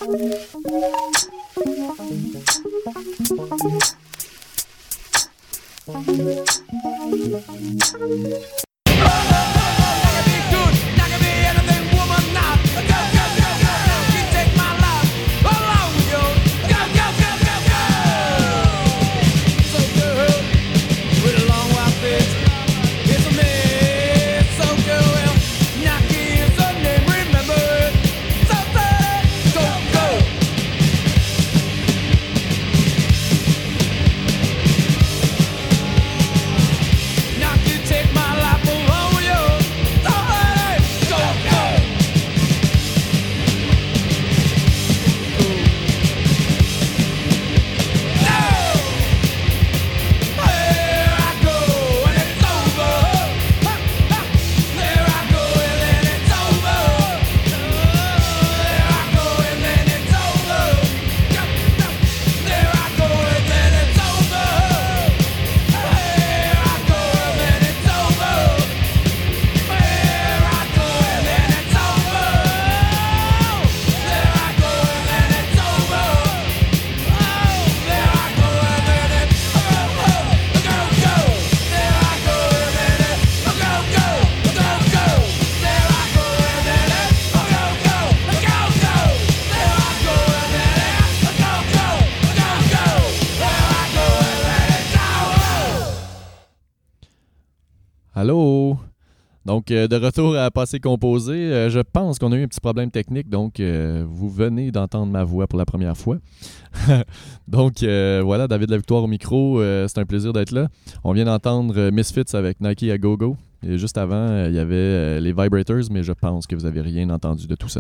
Allô? Donc, de retour à Passé Composé, je pense qu'on a eu un petit problème technique, donc vous venez d'entendre ma voix pour la première fois. Donc, voilà, David Lavictoire au micro, c'est un plaisir d'être là. On vient d'entendre Misfits avec Nike à Go-Go. Et juste avant, il y avait les Vibrators, mais je pense que vous n'avez rien entendu de tout ça.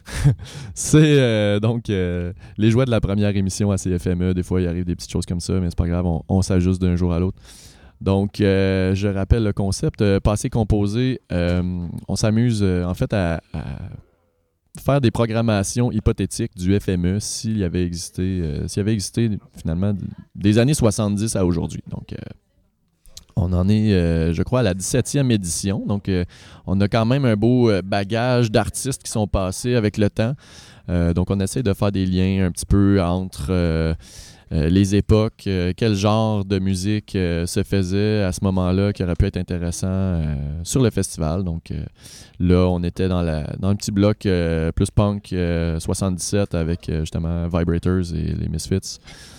C'est donc les jouets de la première émission à CFME. Des fois, il arrive des petites choses comme ça, mais c'est pas grave, on s'ajuste d'un jour à l'autre. Donc, je rappelle le concept. Passé composé, on s'amuse en fait à faire des programmations hypothétiques du FME s'il y avait existé finalement des années 70 à aujourd'hui. Donc, on en est, je crois, à la 17e édition. Donc, on a quand même un beau bagage d'artistes qui sont passés avec le temps. Donc, on essaie de faire des liens un petit peu entre les époques, quel genre de musique se faisait à ce moment-là qui aurait pu être intéressant sur le festival. Donc là, on était dans le petit bloc plus punk 77 avec justement Vibrators et les Misfits.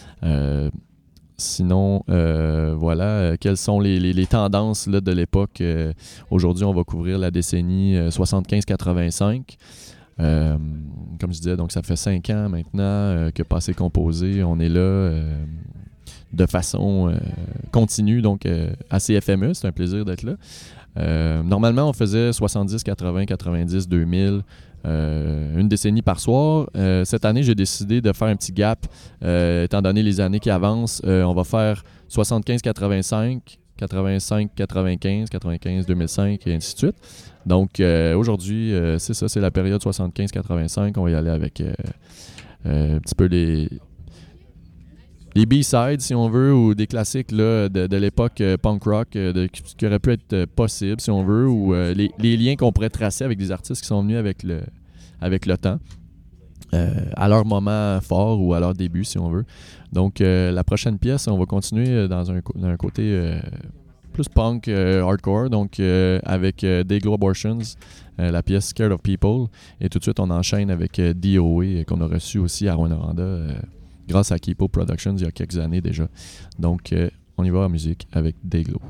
Sinon, voilà, quelles sont les tendances là, de l'époque. Aujourd'hui, on va couvrir la décennie 75-85. Comme je disais, donc ça fait 5 ans maintenant que Passé Composé, on est là de façon continue, donc à CFME, c'est un plaisir d'être là. Normalement, on faisait 70, 80, 90, 2000, une décennie par soir. Cette année, j'ai décidé de faire un petit gap, étant donné les années qui avancent. On va faire 75-85, 85-95, 95-2005 et ainsi de suite. Donc, aujourd'hui, c'est ça, c'est la période 75-85. On va y aller avec un petit peu les B-sides, si on veut, ou des classiques là, de l'époque punk rock qui auraient pu être possibles, si on veut, ou les liens qu'on pourrait tracer avec des artistes qui sont venus avec le temps, à leur moment fort ou à leur début, si on veut. Donc, la prochaine pièce, on va continuer dans un côté plus punk, hardcore, donc avec Dayglow Abortions, la pièce Scared of People. Et tout de suite, on enchaîne avec DOA, qu'on a reçu aussi à Rwanda, grâce à Kipo Productions il y a quelques années déjà. Donc, on y va en musique avec Dayglow.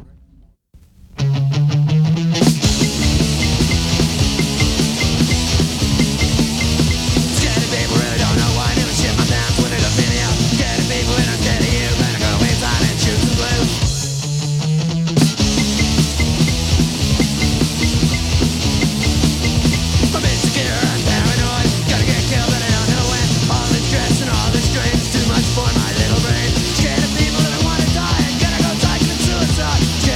For my little brain, scared of people that want to die, and gonna go type in suicide.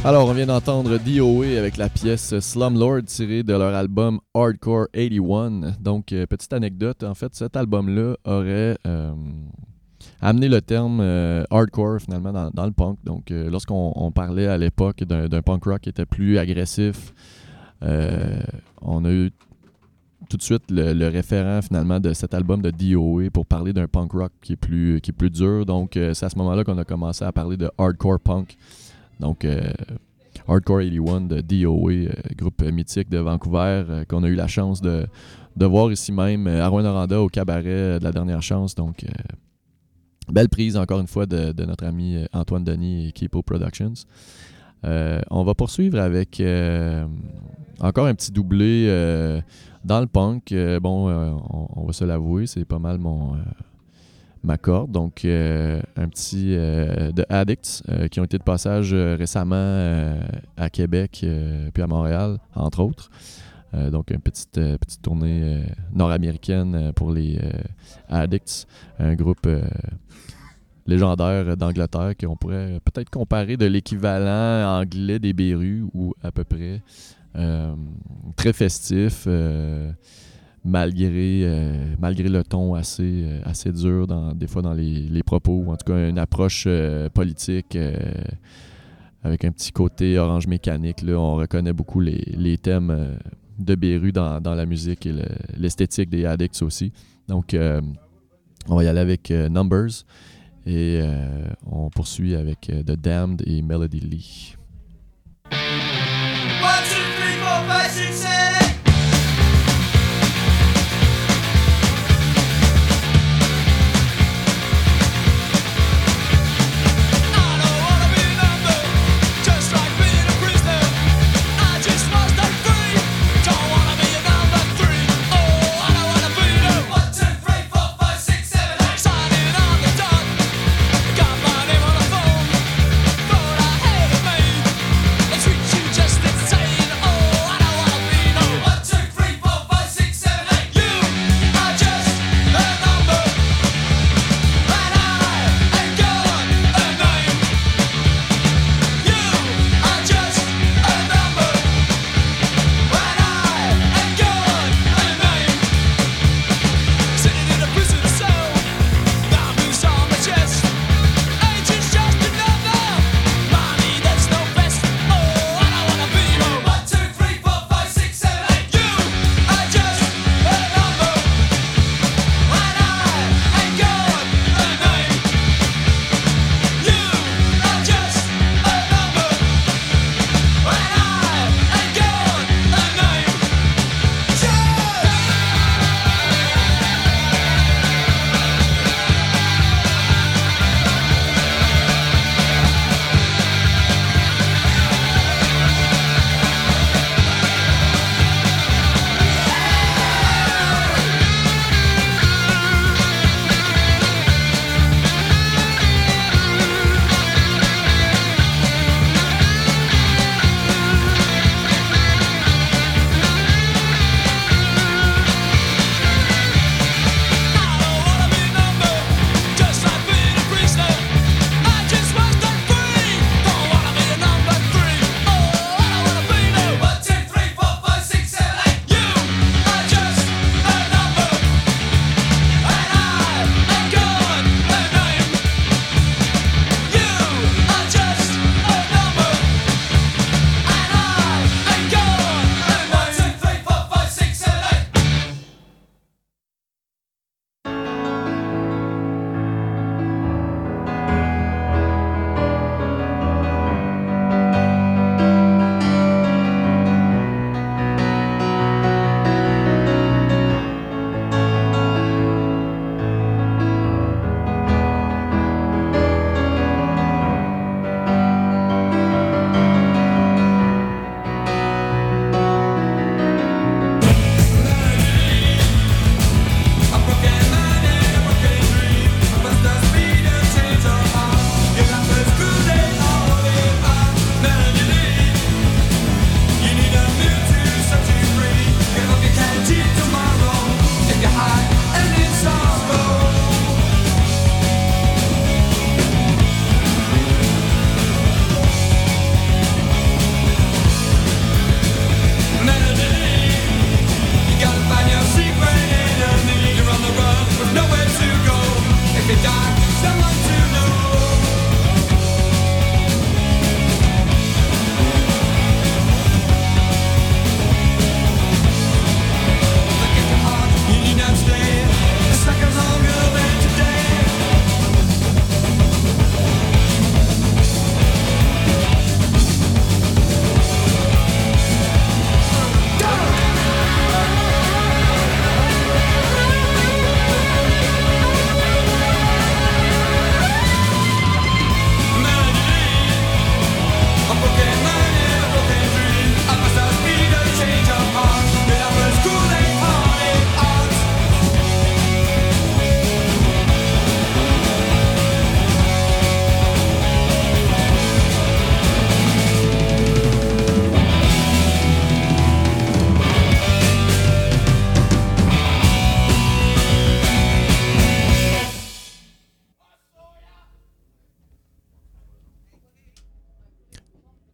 Alors, on vient d'entendre DOA avec la pièce Slumlord tirée de leur album Hardcore 81. Donc, petite anecdote, en fait, cet album-là aurait amené le terme hardcore finalement dans le punk. Donc, lorsqu'on parlait à l'époque d'un punk rock qui était plus agressif, on a eu tout de suite le référent finalement de cet album de DOA pour parler d'un punk rock qui est plus dur. Donc, c'est à ce moment-là qu'on a commencé à parler de hardcore punk. Donc, Hardcore 81 de DOA, groupe mythique de Vancouver, qu'on a eu la chance de voir ici même à Rouyn-Noranda au cabaret de la dernière chance. Donc, belle prise encore une fois de notre ami Antoine Denis et Keepo Productions. On va poursuivre avec encore un petit doublé dans le punk. On va se l'avouer, c'est pas mal ma corde. Donc, un petit The Addicts qui ont été de passage récemment à Québec puis à Montréal, entre autres. Donc, une petite tournée nord-américaine pour les Addicts, un groupe légendaire d'Angleterre qu'on pourrait peut-être comparer de l'équivalent anglais des Bérus ou à peu près. Très festif. Malgré le ton assez dur des fois dans les propos, ou en tout cas une approche politique avec un petit côté orange mécanique. Là, on reconnaît beaucoup les thèmes de Beru dans la musique et l'esthétique des Addicts aussi. Donc, on va y aller avec Numbers et on poursuit avec The Damned et Melody Lee. 1, 2, 3, 4, 5, 6, 7. Signing on the dot, got my name on the phone. Thought I had a mate.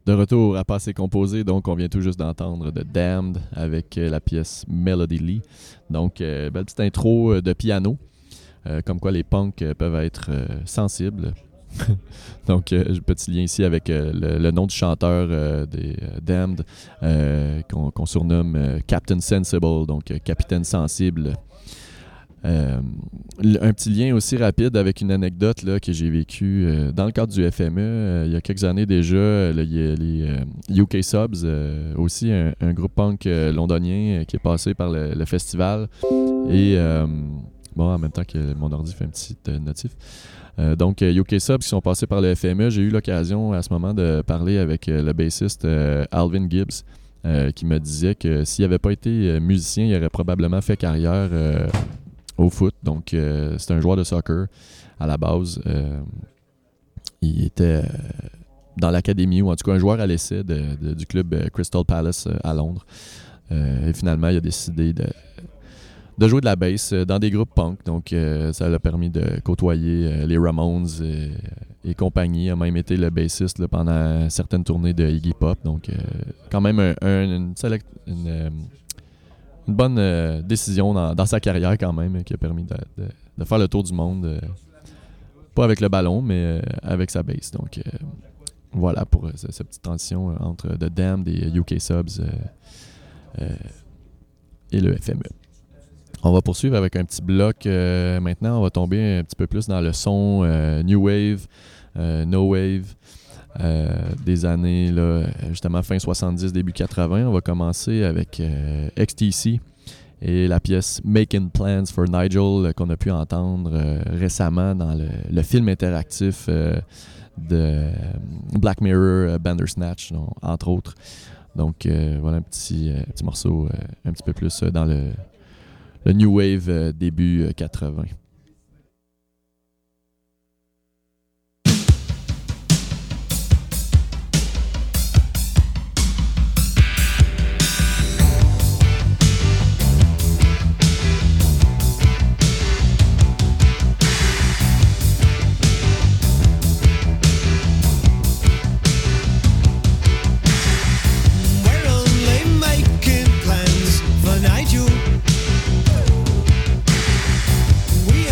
De retour à Passé composé, donc on vient tout juste d'entendre The Damned avec la pièce Melody Lee. Donc, belle petite intro de piano, comme quoi les punks peuvent être sensibles. Donc, petit lien ici avec le nom du chanteur des Damned, qu'on surnomme Captain Sensible, donc Capitaine Sensible. Un petit lien aussi rapide avec une anecdote là, que j'ai vécue dans le cadre du FME il y a quelques années déjà. Il y a les UK Subs, aussi un groupe punk londonien qui est passé par le festival. Et bon, en même temps que mon ordi fait un petit notif. Donc, UK Subs qui sont passés par le FME, j'ai eu l'occasion à ce moment de parler avec le bassiste Alvin Gibbs, qui me disait que s'il n'avait pas été musicien, il aurait probablement fait carrière au foot. Donc, c'est un joueur de soccer à la base. Il était dans l'académie, ou en tout cas un joueur à l'essai du club Crystal Palace à Londres. Et finalement, il a décidé de jouer de la bass dans des groupes punk. Donc, ça l'a permis de côtoyer les Ramones et compagnie. Il a même été le bassiste là, pendant certaines tournées de Iggy Pop. Donc, quand même une bonne décision dans sa carrière quand même, qui a permis de faire le tour du monde. Pas avec le ballon, mais avec sa bass. Donc, voilà pour cette petite transition entre The Damned et UK Subs et le FME. On va poursuivre avec un petit bloc. Maintenant, on va tomber un petit peu plus dans le son New Wave, No Wave, des années là, justement fin 70, début 80. On va commencer avec XTC et la pièce Making Plans for Nigel qu'on a pu entendre récemment dans le film interactif de Black Mirror, Bandersnatch, entre autres. Donc voilà un petit morceau un petit peu plus dans le New Wave début 80. We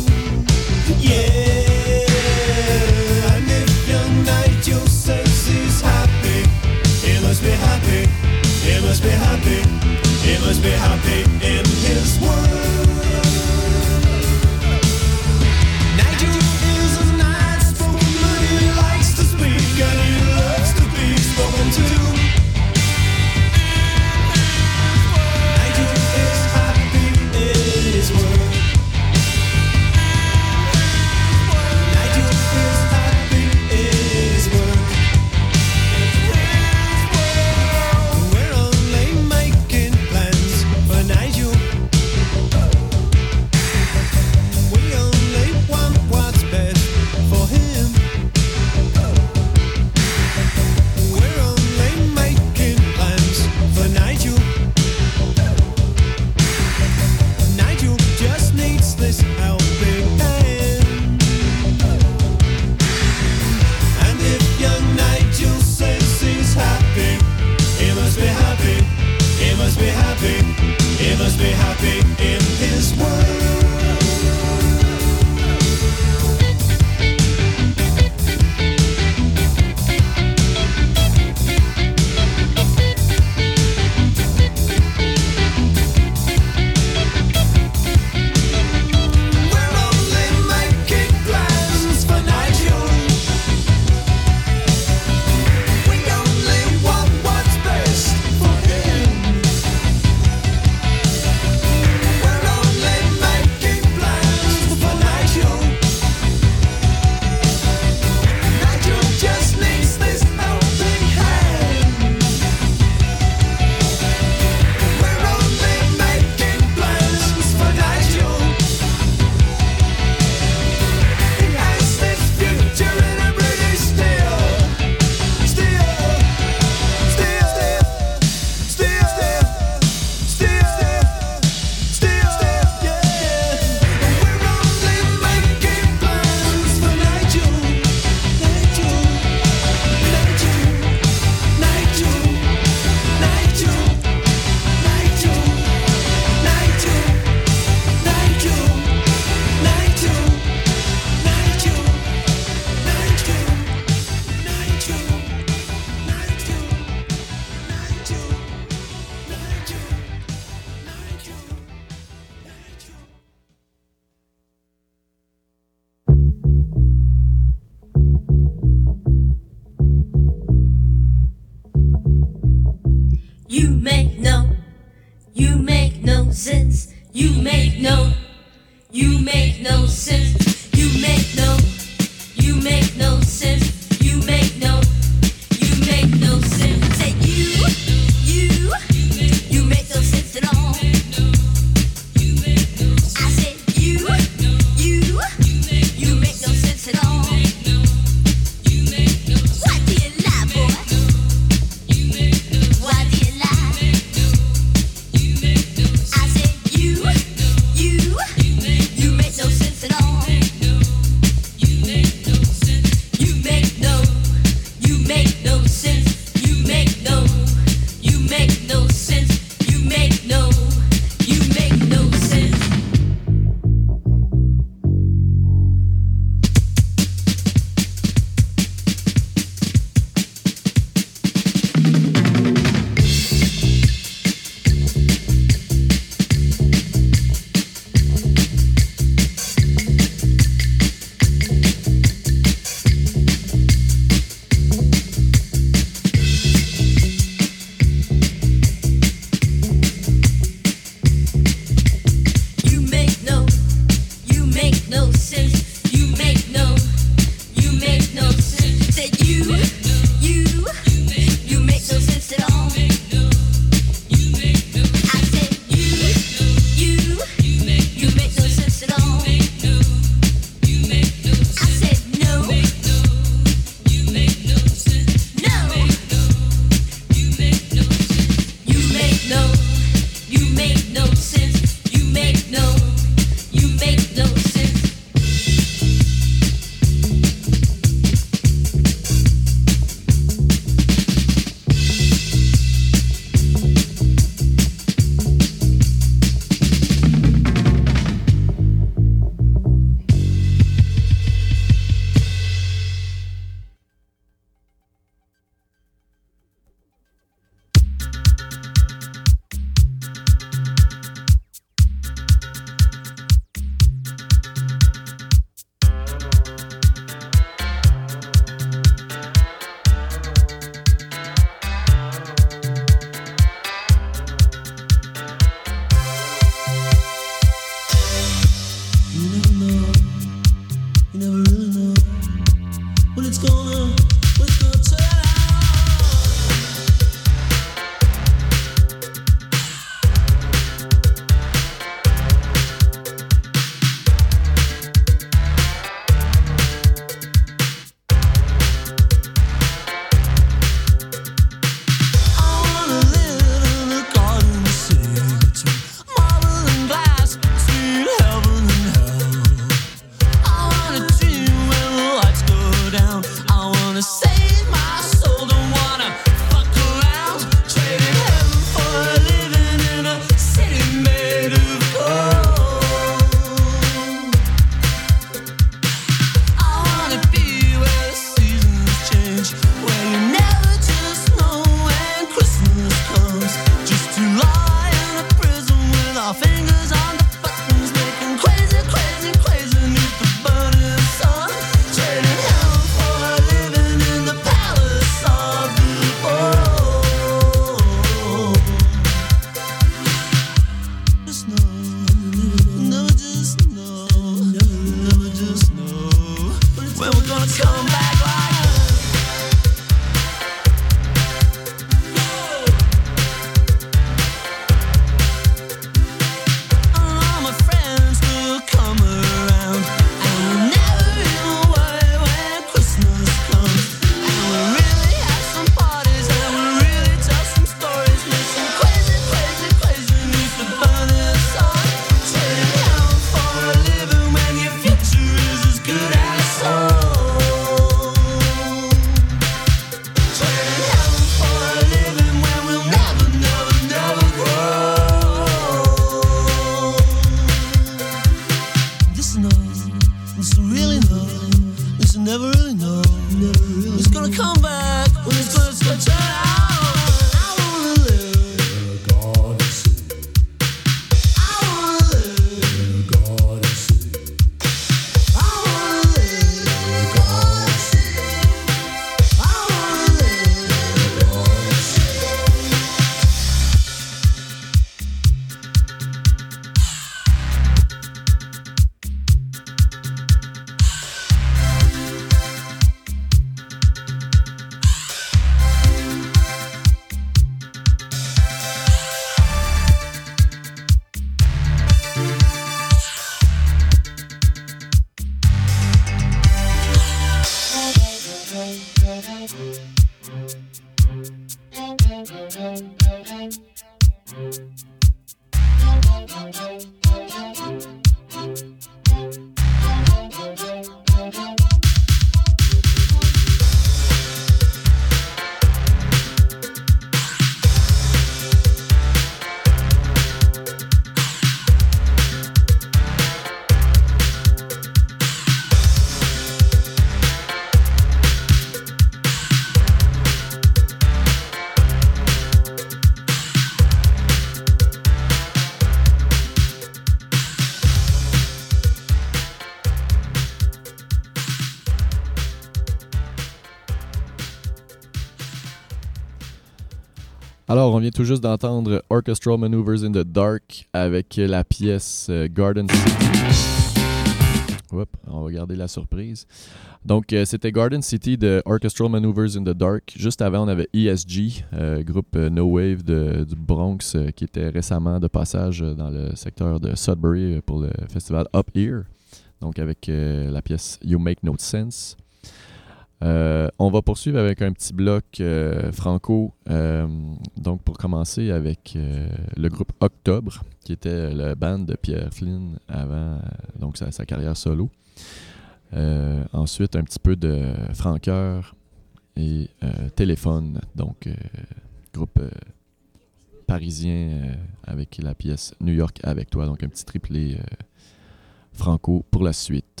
Alors, on vient tout juste d'entendre Orchestral Maneuvers in the Dark avec la pièce Garden City. Hop, on va garder la surprise. Donc, c'était Garden City de Orchestral Maneuvers in the Dark. Juste avant, on avait ESG, groupe No Wave du Bronx, qui était récemment de passage dans le secteur de Sudbury pour le festival Up Here. Donc, avec la pièce You Make No Sense. On va poursuivre avec un petit bloc franco. Donc, pour commencer avec le groupe Octobre, qui était le band de Pierre Flynn avant donc sa carrière solo. Ensuite, un petit peu de Francoeur et Téléphone, donc groupe parisien avec la pièce New York avec toi, donc un petit triplé franco pour la suite.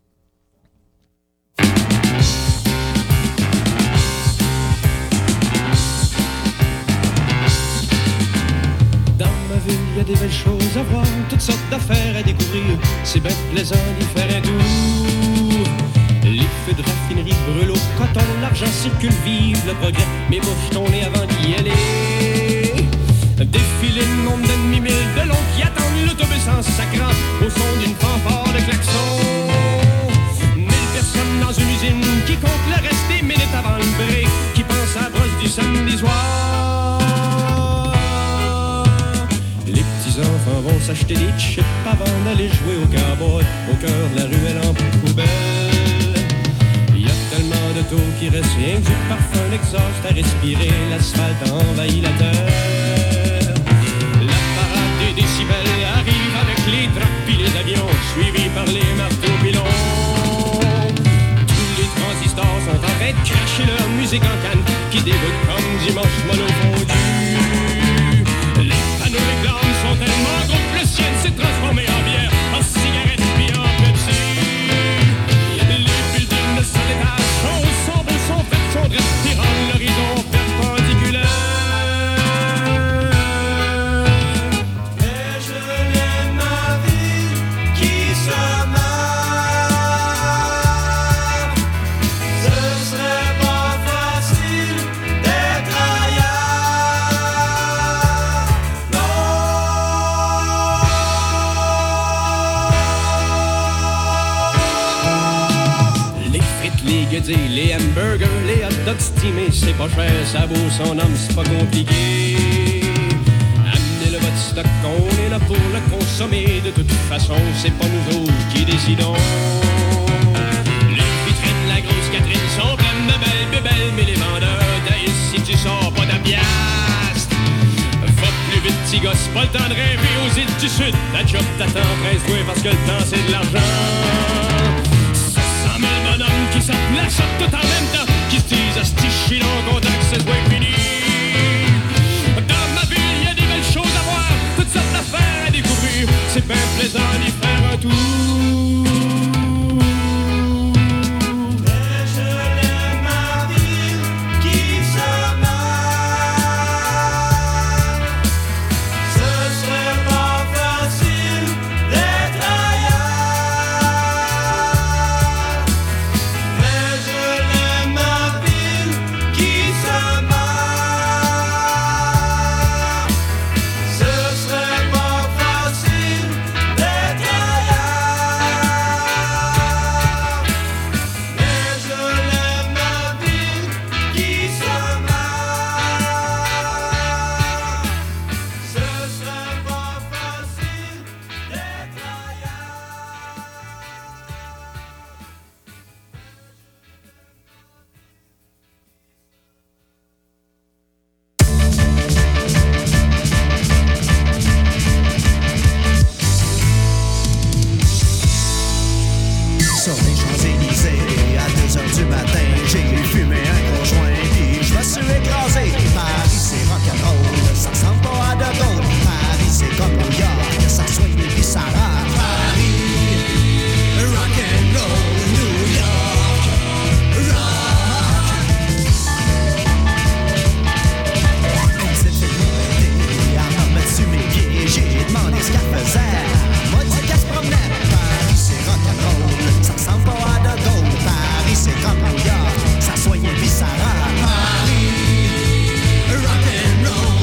Il y a des belles choses à voir, toutes sortes d'affaires à découvrir. C'est bien plaisant d'y faire un tour. Les feux de raffinerie brûlent au coton, l'argent circule, vive le progrès. Mais bouge ton nez avant d'y aller. Défiler le nombre de demi-mille de longs qui attendent l'autobus en sacrant au son d'une fanfare de klaxon. 1000 personnes dans une usine qui comptent le reste des minutes avant le break, qui pensent à la brosse du samedi soir. Les enfants vont s'acheter des chips avant d'aller jouer au cowboy au cœur de la ruelle en poubelle. Il y a tellement de taux qui restent rien que du parfum d'exhaust à respirer. L'asphalte envahit la terre. La parade des décibels arrive avec les draps pis les avions, suivis par les marteaux pilons. Tous les transistors sont en train de cracher leur musique en canne qui dégoûte comme dimanche monofondu. Les panneaux réclames sont tellement gros que le ciel s'est transformé en bière, en cigarette puis en Pepsi. Les buildings de 100 étages sont sombres, sont faites, sont dresses, et rendent l'horizon perpendiculaire. Et je l'aime ma vie qui se meurt. Ce serait pas facile d'être ailleurs. Les guedilles, les hamburgers, les hot dogs steamés, c'est pas cher, ça vaut son âme, c'est pas compliqué. Amenez-le votre stock, on est là pour le consommer. De toute façon, c'est pas nous autres qui décidons. Les vitrines, la grosse Catherine sont pleines de belles bébelles, mais les vendeurs d'ailleurs, si tu sors pas de piastre, va plus vite, petit gosse, pas le temps de rêver aux îles du Sud. La job t'attend, presse-toi parce que le temps c'est de l'argent. Qui sortent la sorte tout en même temps, qui se disent astichés dans contact, c'est soit fini. Dans ma ville, il y a des belles choses à voir, toutes sortes d'affaires à découvrir. C'est bien plaisant d'y faire un tour. Mais je l'aime ma ville qui se meurt. Ce serait pas facile d'être ailleurs. Rock and roll.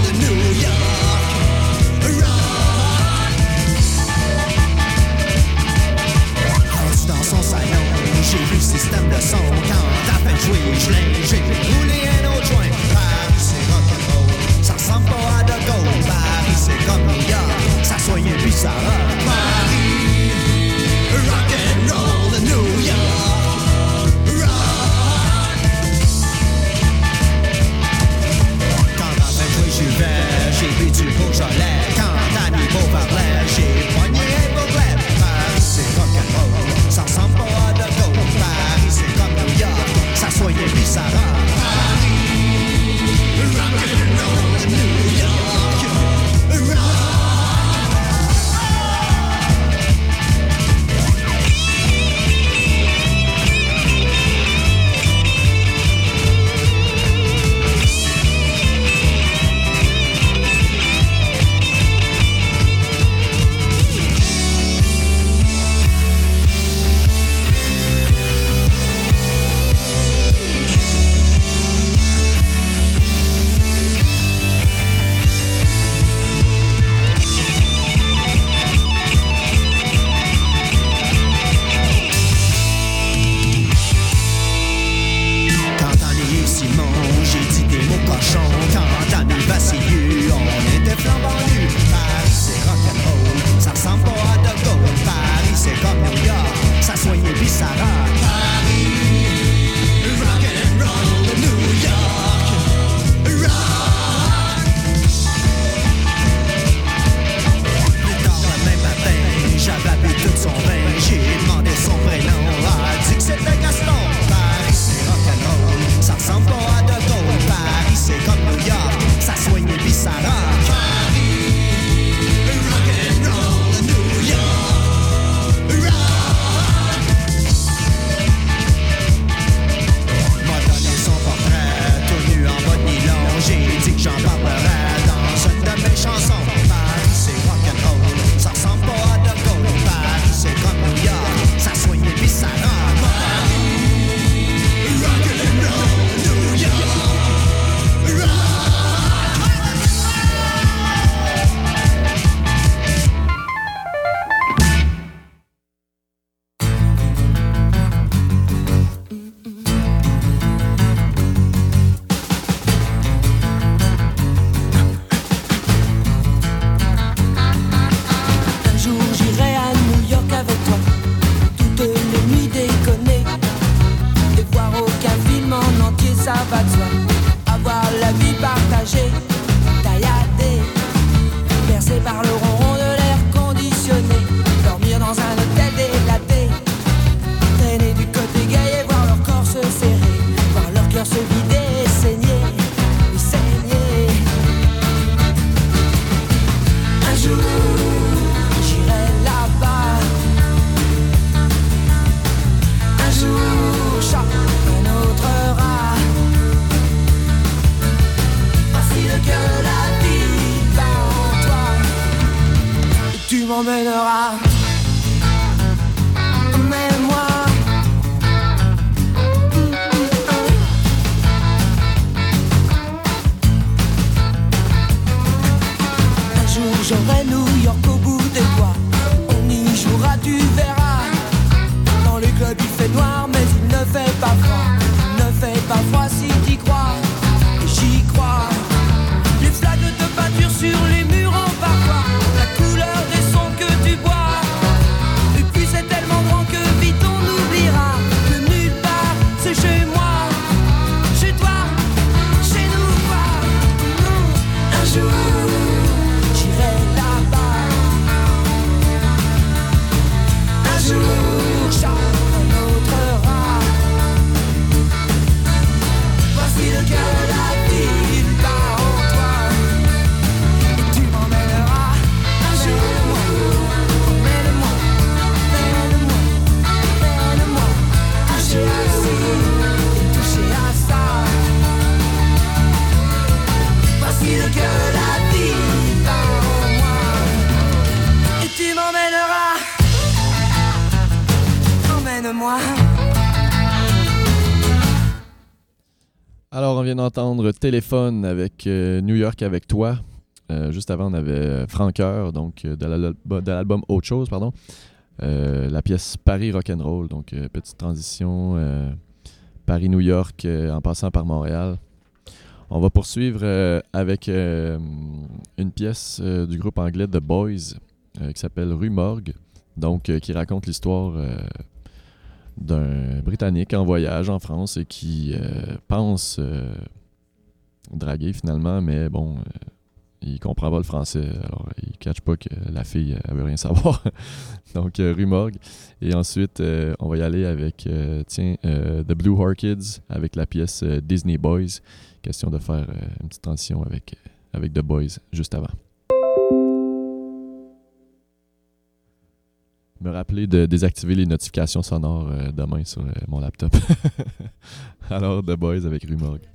Alors, on vient d'entendre Téléphone avec New York avec toi. Juste avant, on avait Francoeur, donc de l'album Autre chose, pardon. La pièce Paris Rock'n'Roll, donc petite transition Paris-New York en passant par Montréal. On va poursuivre avec une pièce du groupe anglais The Boys qui s'appelle Rue Morgue, donc qui raconte l'histoire d'un Britannique en voyage en France et qui pense draguer finalement, mais bon, il comprend pas le français, alors il catch pas que la fille elle veut rien savoir. Donc Rue Morgue. Et ensuite, on va y aller avec The Blue Orchids avec la pièce Disney Boys. Question de faire une petite transition avec The Boys juste avant. Me rappeler de désactiver les notifications sonores demain sur mon laptop. Alors, The Boys avec Rue Morgue.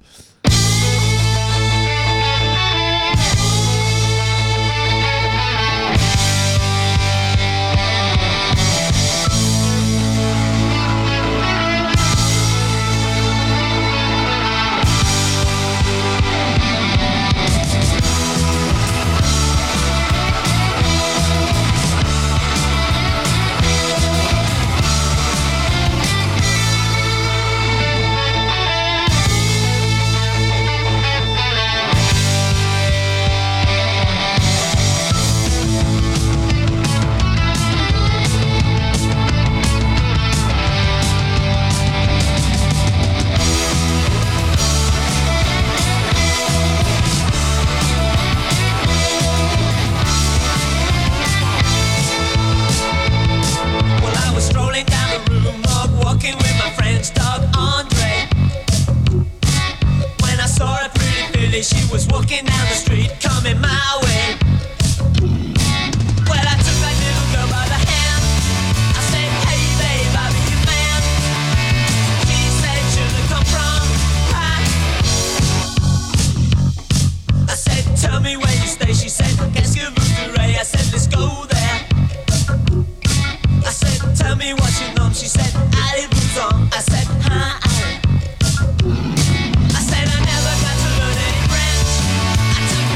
I said I never got to learn any French. I took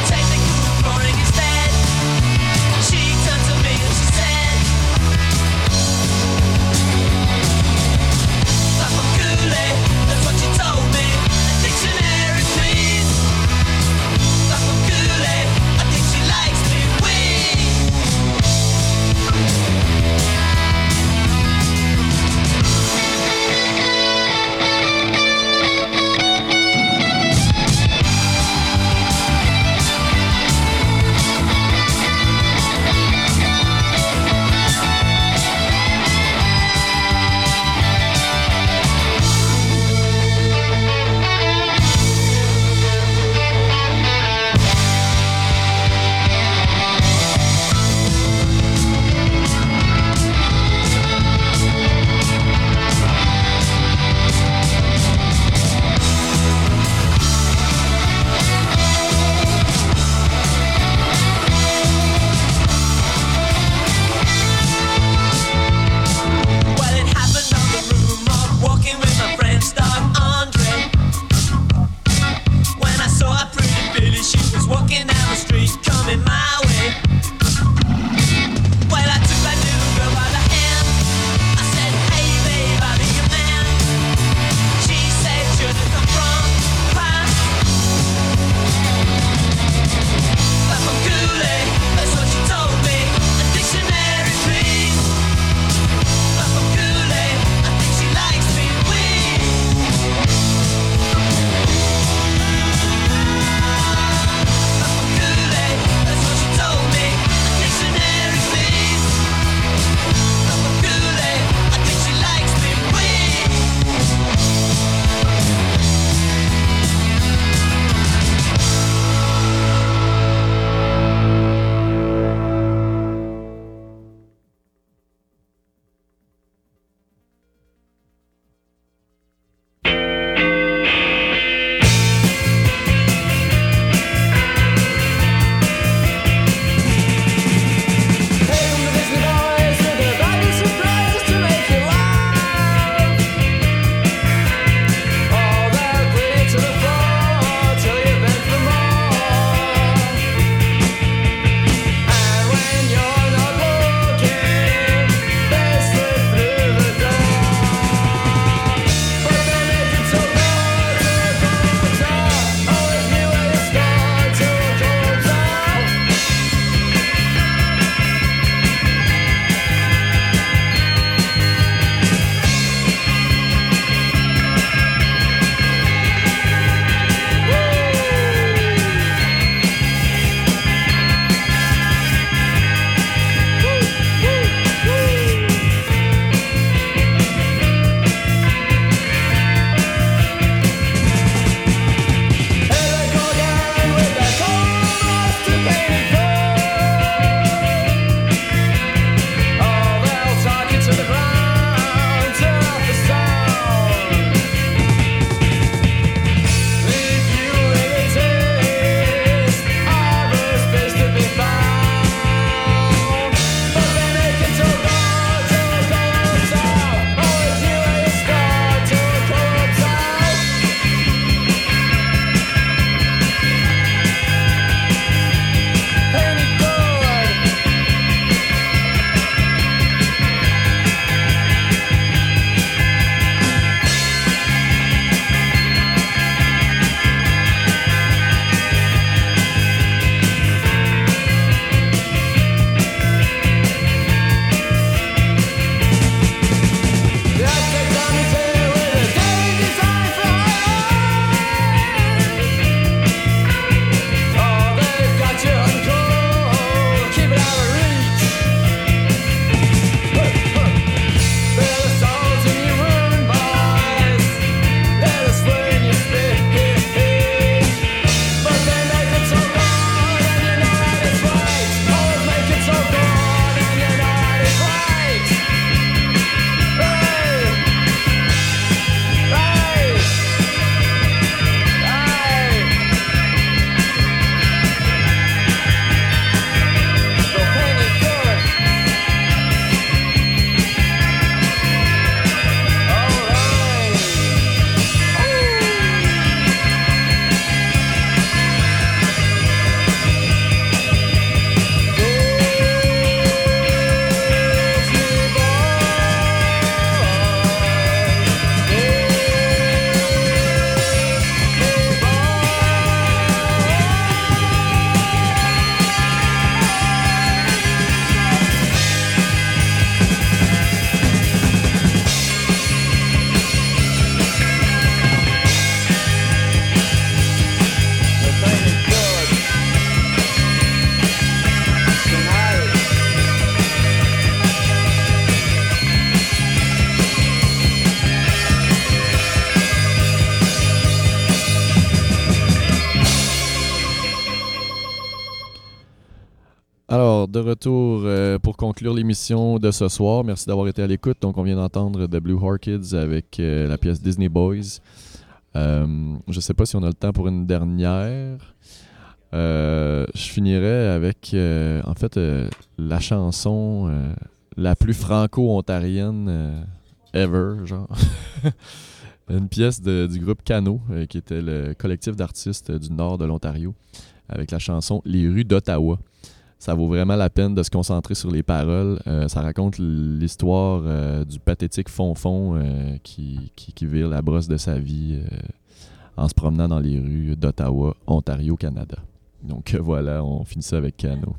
Alors, de retour pour conclure l'émission de ce soir. Merci d'avoir été à l'écoute. Donc, on vient d'entendre The Blue Orchids avec la pièce Disney Boys. Je sais pas si on a le temps pour une dernière. Je finirai avec, en fait, la chanson la plus franco-ontarienne ever, genre. Une pièce du groupe Cano, qui était le collectif d'artistes du nord de l'Ontario, avec la chanson « Les rues d'Ottawa ». Ça vaut vraiment la peine de se concentrer sur les paroles. Ça raconte l'histoire du pathétique Fonfon qui vire la brosse de sa vie en se promenant dans les rues d'Ottawa, Ontario, Canada. Donc voilà, on finit ça avec Cano.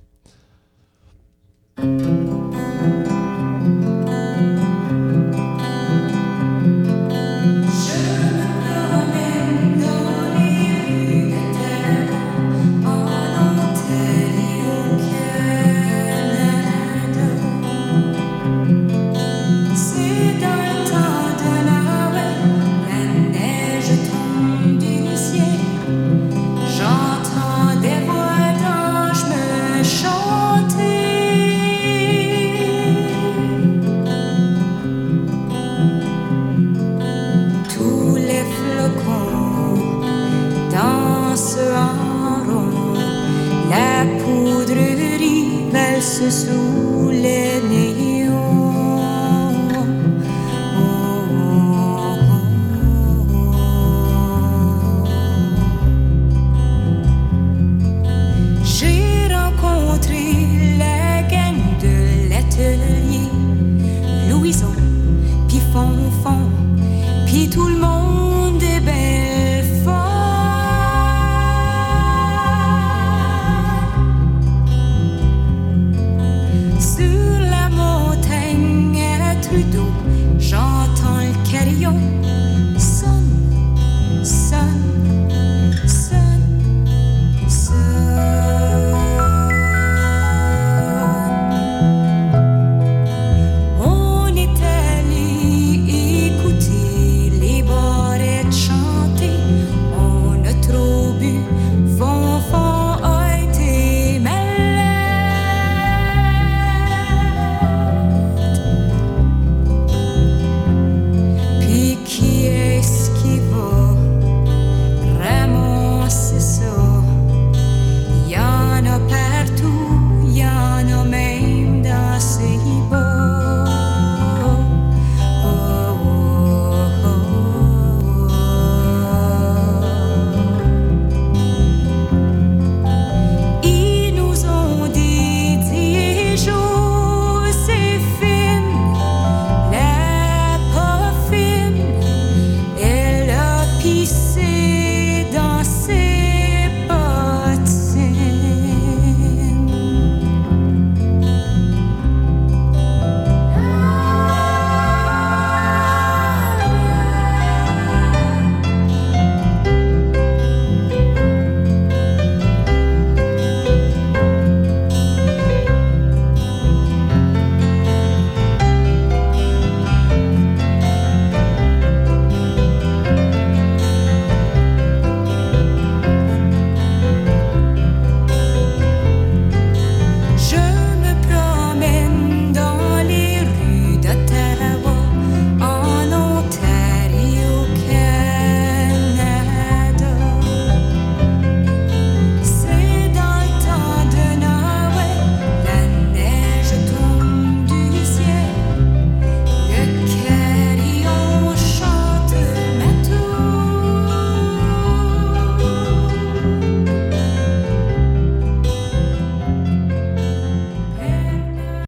Se